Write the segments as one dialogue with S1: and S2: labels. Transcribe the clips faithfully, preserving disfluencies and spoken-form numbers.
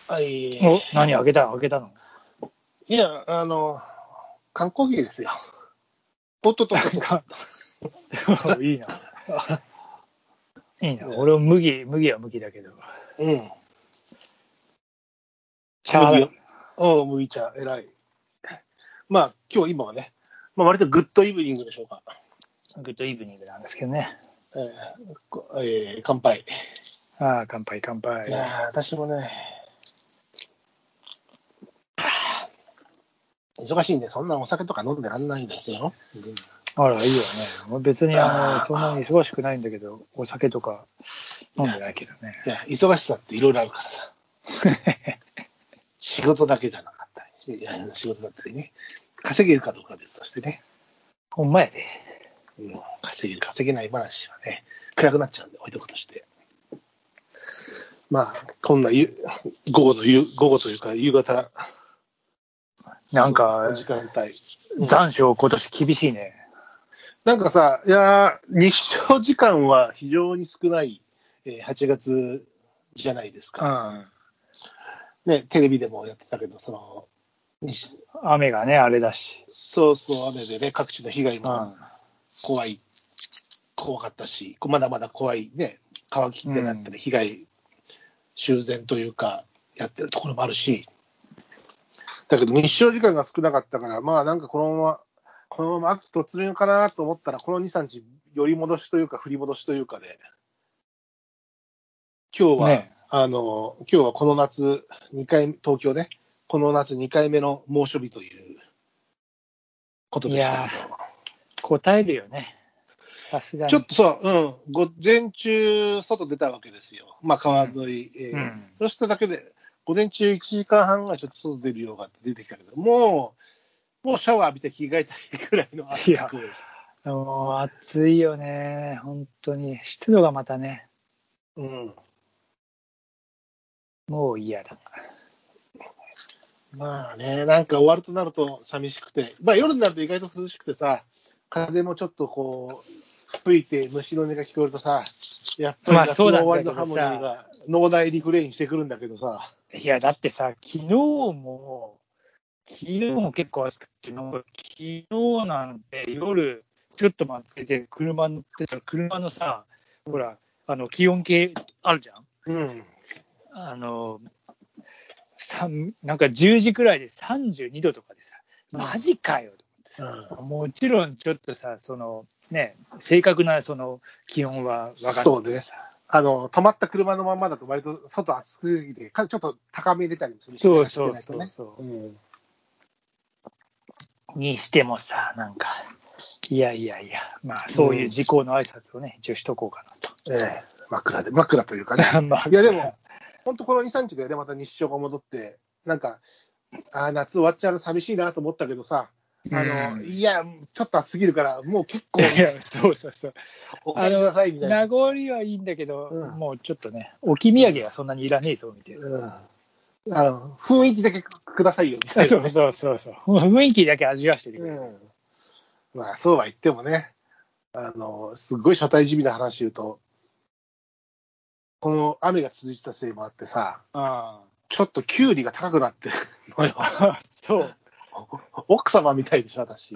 S1: はい。
S2: お、何開けた開けたの？
S1: いや、あの、缶コーヒーですよ。おっとっとっとっと。
S2: いいな。いいな。
S1: ね、
S2: 俺も麦、麦は麦だけど。
S1: うん。
S2: 茶だか
S1: うん、麦茶、偉い。まあ、今日今はね、まあ、割とグッドイブニングでしょうか。
S2: ら。グッドイブニングなんですけどね。
S1: えーこえー乾杯。
S2: ああ、乾杯乾杯。
S1: いやー、私もね、忙しいんで、そんなお酒とか飲んでらんないんですよ。
S2: あら、いいよね。俺別にあの、
S1: あ
S2: そんなに忙しくないんだけど、お酒とか飲んでないけどね。
S1: いや、忙しさっていろいろあるからさ。仕事だけじゃなかったり、いや仕事だったりね。稼げるかどうかは別としてね。
S2: ほんまやで。
S1: うん、稼げる、稼げない話はね、暗くなっちゃうんで置いとくとして。まあ、こんなゆ午後の夕午後というか夕方
S2: なんか
S1: の時間帯。うん
S2: 残暑今年厳しいね。
S1: なんかさ、いやー、日照時間は非常に少ない、えーはちがつじゃないです
S2: う
S1: か。
S2: ん。
S1: ね、テレビでもやってたけど、その、日
S2: 雨がね、あれだし。
S1: そうそう、雨でね、各地の被害も
S2: うん。
S1: 怖い、怖かったし、まだまだ怖いね、川切ってなってね、被害修繕というか、やってるところもあるし、だけど日照時間が少なかったから、まあなんかこのまま、このまま秋突入かなと思ったら、このに、さんにち、寄り戻しというか、振り戻しというかで、今日は、
S2: ね。
S1: あの、今日はこの夏にかい、東京ね、この夏にかいめの猛暑日ということ
S2: い
S1: でしたけ
S2: や
S1: ど、
S2: ー、答えるよね。さすがに。
S1: ちょっとそう、うん、午前中、外出たわけですよ。まあ、川沿い。えー
S2: うん。
S1: そうしただけで、午前中いちじかんはんぐらいちょっと外出るようが出てきたけど、もう、もうシャワー浴びて着替えたいぐらいの
S2: いや、
S1: 覚悟でした。
S2: もう暑いよね。本当に。湿度がまたね、
S1: うん。
S2: もう嫌だ。
S1: まあね、なんか終わるとなると寂しくて、まあ夜になると意外と涼しくてさ、風もちょっとこう、吹いて虫の音が聞こえるとさ、やっぱり
S2: まあ
S1: 夏
S2: そうなんだけ
S1: の終わりのハ
S2: どさ、
S1: モニーが脳内リフレインしてくるんだけどさ、
S2: いや、だってさ、昨日も、昨日も結構暑くて、なんか昨日なんて夜、ちょっと待ってて、車乗ってたら、車のさ、ほら、あの気温計あるじゃん。
S1: うん。
S2: あの、さなんかじゅうじくらいでさんじゅうにどとかでさ、マジかよと思ってさ、
S1: うん、
S2: もちろんちょっとさ、そのね、正確なその気温は分かん
S1: そうね。
S2: ないけどさ、
S1: あの、止まった車のままだと割と外暑すぎて、かちょっと高めに出たりもするしね、
S2: そう
S1: 走って
S2: そう
S1: ないとね。
S2: そうそ
S1: うん。
S2: う、にしてもさ、なんか、いやいやいや、まあそういう
S1: うん、
S2: 時効の挨拶をね、一応しとこうかなと。
S1: ええ、枕で、枕というかね。
S2: まあ、
S1: いやでも、本当このに、さんにちでね、また日照が戻って、なんか、あ夏終わっちゃうの寂しいなと思ったけどさ、あの、
S2: うん、
S1: いや、ちょっと暑すぎるから、もう結構、
S2: いや、そうそうそう。
S1: お帰
S2: あの、
S1: りなさいみたいな。
S2: 名残はいいんだけど、
S1: うん。
S2: もうちょっとね、置き土産はそんなにいらねえぞ、みたいな。
S1: うん。あの、雰囲気だけくださいよ、みたいなね。
S2: そうそうそうそう。雰囲気だけ味わわせてくれる。
S1: うん。まあ、そうは言ってもね、あの、すごい社会地味な話言うと、この雨が続いてたせいもあってさ、
S2: あ
S1: ちょっとキュウリが高くなってるのよ。
S2: あ、そう。
S1: 奥様みたいでしょ、私。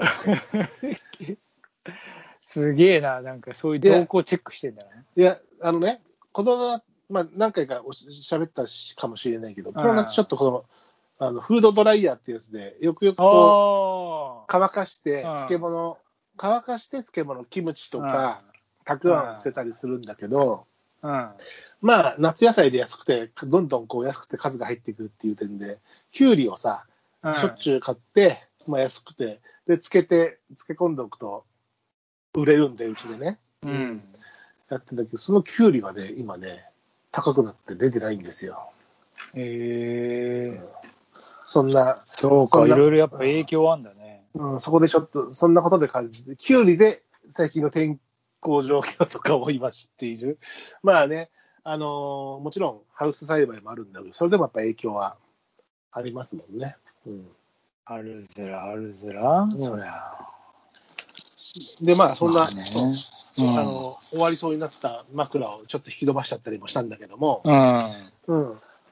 S2: すげえな、なんかそういう
S1: いや、
S2: 動向チェックしてんだね。
S1: いや、あのね、この、まあ、何回かおし喋ったしかもしれないけど、この夏ちょっとこの、あのフードドライヤーってやつで、よくよくこう、乾かして漬物、乾かして漬物、キムチとか、たくあんをつけたりするんだけど、
S2: うん、
S1: まあ、夏野菜で安くて、どんどんこう安くて数が入ってくるっていう点で、きゅうりをさ、しょっちゅう買って、まあ、安くて、で、漬けて、漬け込んでおくと、売れるんで、うちでね。
S2: うん。
S1: やってんだけど、そのきゅうりがね、今ね、高くなって出てないんですよ。
S2: へえー、うん。
S1: そんな、
S2: そうか、いろいろやっぱ影響あるんだね。
S1: うん、そこでちょっと、そんなことで感じて、きゅうりで最近の天候状況とかを今知っている。まあね、あのー、もちろんハウス栽培もあるんだけど、それでもやっぱ影響はありますもんね。うん、
S2: あるずら、あるずら、うん、そりゃ。
S1: で、まあ、そんな、まあね、
S2: うん、
S1: あの、終わりそうになった枕をちょっと引き伸ばしちゃったりもしたんだけども、
S2: うん。
S1: うん。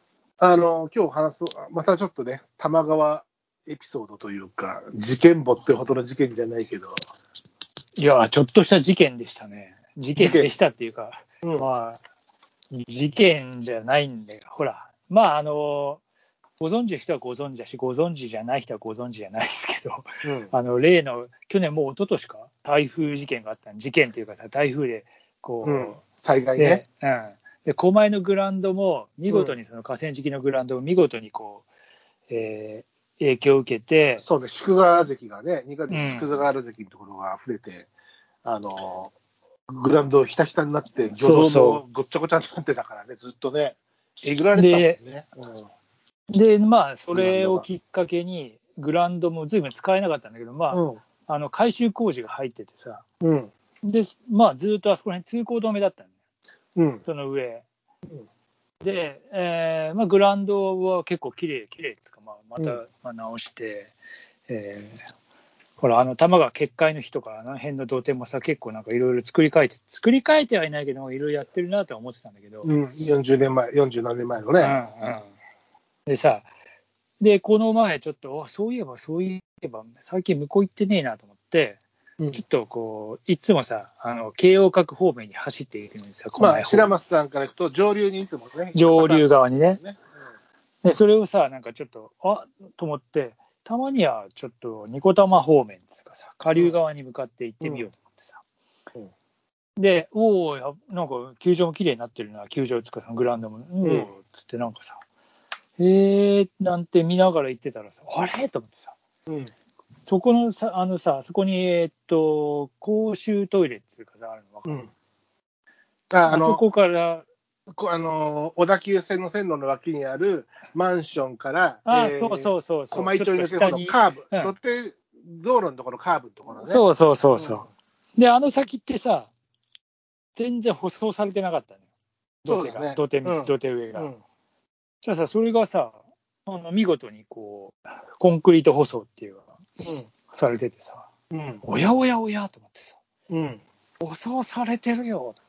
S1: あの、今日話す、またちょっとね、玉川エピソードというか、事件簿ってほどの事件じゃないけど。
S2: いや、ちょっとした事件でしたね。事件でしたっていうか、
S1: うん、
S2: まあ、事件じゃないんだよ。ほら、まあ、あの、ご存知の人はご存知だし、ご存知じゃない人はご存知じゃないですけど、
S1: うん、
S2: あの例の、去年もう一昨年か、台風事件があった事件というかさ、台風でこう、
S1: うん、災害ね。
S2: で、うん、で狛江のグラウンドも、見事にその河川敷のグラウンドを見事にこう、えー、影響を受けて、
S1: そうね、宿川関がね、にかげつ宿川関のところが溢れて、うん、あのグラウンドひたひたになって、魚道もごっちゃごちゃになってたからね、ずっとね、えぐられてたもんね。うん
S2: で、まあ、それをきっかけに、グラウンドもずいぶん使えなかったんだけど、まあ、うん、あの改修工事が入っててさ、
S1: うん、
S2: で、まあ、ずっとあそこら辺通行止めだったのね、
S1: うん、
S2: その上。うん、で、えーまあ、グラウンドは結構きれい、きれいですか、まあ、また、うん、まあ、直して、えー、ほら、あの、多摩川決壊の日とか、あの辺の土手もさ、結構なんかいろいろ作り変えて、作り変えてはいないけど、いろいろやってるなとは思ってたんだけど、
S1: うん、よんじゅうねんまえ、よんじゅう何年前のね。
S2: うんうんでさ、で、この前ちょっと、そういえば、そういえば、最近向こう行ってねえなと思って、うん、ちょっとこう、いつもさ、あの、京王閣方面に走っていくのにさ、
S1: まあ、白松さんから行くと、上流にいつもね、
S2: 上流側にね。
S1: ね
S2: うん、で、それをさ、なんかちょっと、あと思って、たまにはちょっと、二子玉方面ですかさ、下流側に向かって行ってみようと思ってさ。うんうんで、おお、なんか球場も綺麗になってるな、球場つかさ、グラウンドも、おお、つってなんかさ、へえーなんて見ながら行ってたらさ、あれと思ってさ、うん、そこのさ、あのさ、そこに、えー、っと、公衆トイレっていうかさ、あるの分かる、うん、あ, あそこから、
S1: あの小田急線の線路の脇にあるマンションから、
S2: あ、えー、そうそうそうそう、
S1: 狛江町に下にカーブ、うん、土手道路のところ、カーブのところね。
S2: そうそうそうそう、うん。で、あの先ってさ、全然舗装されてなかったのよ、土手が、ね、土手、うん、土手上が。うん、じゃあさ、それがさ、あの見事にこう、コンクリート舗装っていうのが、うん、されててさ、うん、おやおやおやと思ってさ、うん、舗装されてるよと思って、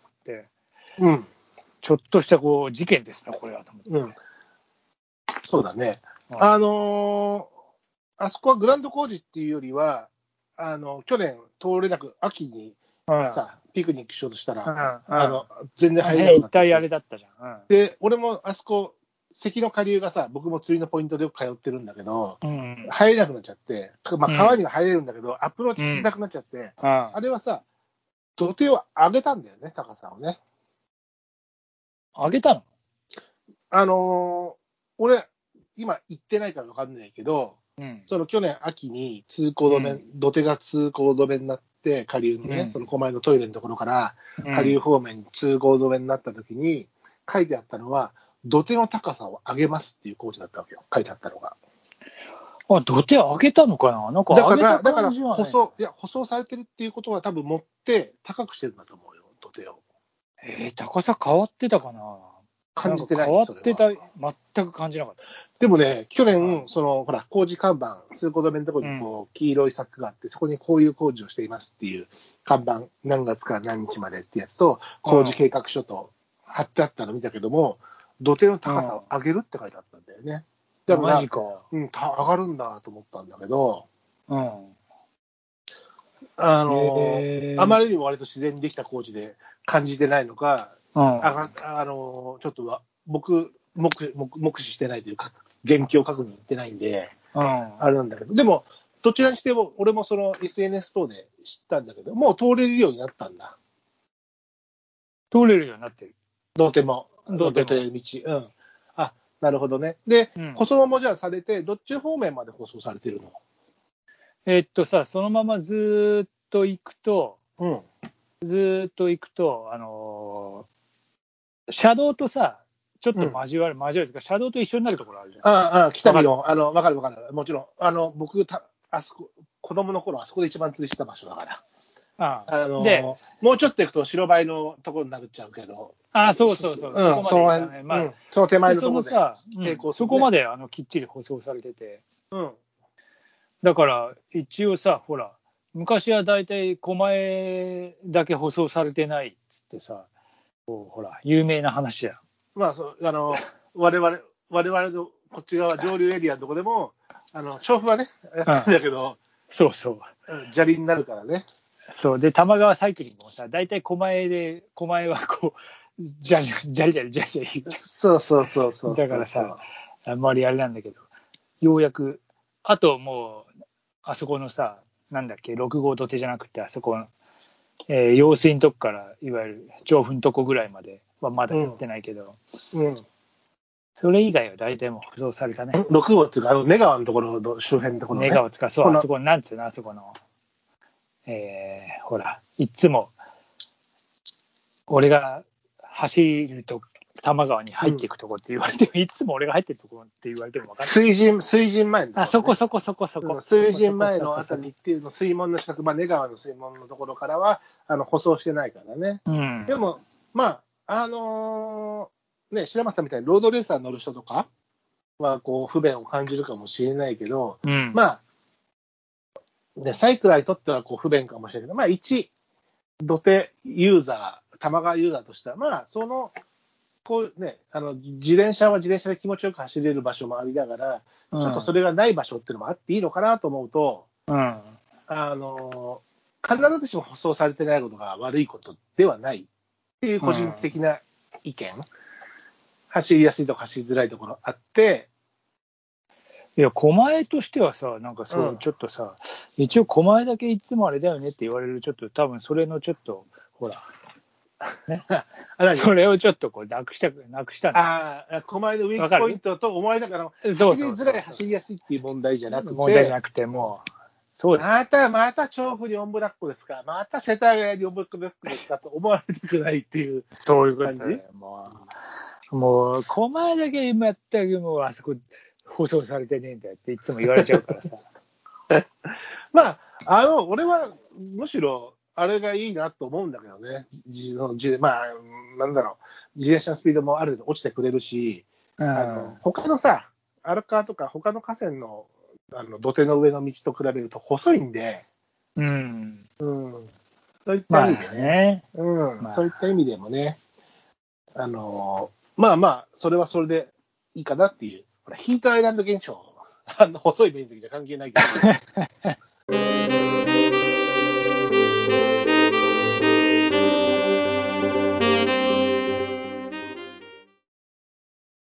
S2: うん、ちょっとしたこう事件ですね、これはと思って。うん、
S1: そうだね。うん、あのー、あそこはグランド工事っていうよりは、あの去年通れなく、秋にさ、うん、ピクニックしようとしたら、うん、あの全然入れなくなってて、
S2: 一体あれだったじゃん。うん、
S1: で、俺もあそこ、関の下流がさ、僕も釣りのポイントでよく通ってるんだけど、うん、入れなくなっちゃって、まあ、川には入れるんだけど、うん、アプローチしづらくなっちゃって、うん、あれはさ、土手を上げたんだよね、高さをね。
S2: 上げたの？
S1: あのー、俺、今行ってないから分かんないけど、うん、その去年秋に通行止め、うん、土手が通行止めになって、下流のね、うん、その狛江のトイレのところから、下流方面に通行止めになった時に、書いてあったのは、土手の高さを上げますっていう工事だったわけよ、書いてあったのが。
S2: あ、土手上げたのかな、なんか上げた感じは、ね、
S1: だから、だから舗装、いや、舗装されてるっていうことは、多分持って高くしてるんだと思うよ、土手を。
S2: えー、高さ変わってたかな。
S1: 感じてない。
S2: 変わってた、全く感じなかった。
S1: でもね、去年、そのほら工事看板、通行止めのところにこう黄色い柵があって、うん、そこにこういう工事をしていますっていう看板、何月から何日までってやつと、工事計画書と貼ってあったの見たけども、土手の高さを上げるって書いてあったんだよね。だから、
S2: マジか。
S1: うん、上がるんだと思ったんだけど、うん、あのあまりにも割と自然にできた工事で感じてないのか、うん、ああのちょっとは僕目、目視してないというか、現況確認行ってないんで、うん、あれなんだけど、でも、どちらにしても、俺もその エスエヌエス 等で知ったんだけど、もう通れるようになったんだ。
S2: 通れるようになってる。
S1: 土手も、土手道。うん。あ、なるほどね。で、うん、舗装もじゃあされて、どっち方面まで舗装されてるの？
S2: えー、っとさ、そのままずっと行くと、うん、ずっと行くと、あのー、車道とさ、ちょっと交わる、うん、交わるですか、車道と一緒になるところあるじゃん。
S1: ああ、北見の、あの、わかるわかる。もちろん、あの、僕、たあそこ、子供の頃、あそこで一番釣りした場所だから。ああのでもうちょっと行くと白バイのところになっちゃうけど、
S2: ああそうそうそう、うん、そこまで、ね、まあうん、
S1: その手前のところで、
S2: そのさ、うん、そこまであのきっちり舗装されてて、うん、だから一応さ、ほら、昔はだいたい狛江だけ舗装されてないっつってさ、こうほら、有名な話や。
S1: まあそう、あの我々 我々のこっち側、上流エリアのとこでも、あの調布はね、やってんだけど、
S2: そうそう。
S1: 砂利になるからね。
S2: そうで、玉川サイクリングもさ、大体狛江で、狛江はこう、じゃりじゃりじゃりじゃりじゃりじゃり。
S1: そうそうそうそう。
S2: だからさ、あんまりあれなんだけど、ようやく、あともう、あそこのさ、なんだっけ、ろく号土手じゃなくて、あそこの、えー、用水のとこから、いわゆる調布のとこぐらいまではまだやってないけど、
S1: うん。うん、
S2: それ以外は大体もう舗装されたね。
S1: ろく号っていうか、あの根川のところの周辺のところね。
S2: 根川つか、そう、あそこ、なんつうの、あそこの、えー、ほら、いつも、俺が走ると、多摩川に入っていくとこって言われても、うん、いつも俺が入ってるとこって言われても分かんない。
S1: 水神、水神前のところ、ね、
S2: あそこそこそこそこ。
S1: うん、水神前のあたりっていうの、水門の近く、まあ、根川の水門のところからは、あの舗装してないからね。
S2: うん、
S1: でも、まあ、あのー、ね、白松さんみたいにロードレーサー乗る人とかは、こう、不便を感じるかもしれないけど、
S2: うん、
S1: まあ、ね、サイクラーにとってはこう不便かもしれないけど、まあ、一、土手ユーザー、玉川ユーザーとしては、まあ、その、こうね、あの自転車は自転車で気持ちよく走れる場所もありながら、うん、ちょっとそれがない場所っていうのもあっていいのかなと思うと、
S2: うん、
S1: あの必ずしも舗装されてないことが悪いことではないっていう個人的な意見、うん、走りやすいとか走りづらいところあって、
S2: いや、狛江としてはさ、なんかそう、うん、ちょっとさ、一応狛江だけいつもあれだよねって言われる、ちょっと多分それのちょっと、ほら、ね、それをちょっとこうなくしたくなくしたんです。
S1: ああ、狛江のウィークポイントと思われながら、走りづらい、走りやすいっていう問題じゃなくて、
S2: 問題じゃなくて、もう、そうです。
S1: また、また調布にオンブラックですか、また世田谷にオンブラックですかと思われたくないっていう感じ。
S2: そういう感じ。もう、もう狛江だけ今やったけど、もうあそこ放送されてねえんだよっていつも言われちゃうからさ。
S1: まあ、あの、俺はむしろ、あれがいいなと思うんだけどね。まあ、なんだろう。自転車のスピードもある程度落ちてくれるし、うん、あの他のさ、荒川とか他の河川の、あの土手の上の道と比べると細いんで、
S2: うん。
S1: うん、そういった意味でね。まあ、うん、まあ、そういった意味でもね、あの、まあまあ、それはそれでいいかなっていう。ほらヒートアイランド現象。あの細い面積じゃ関係ないけど、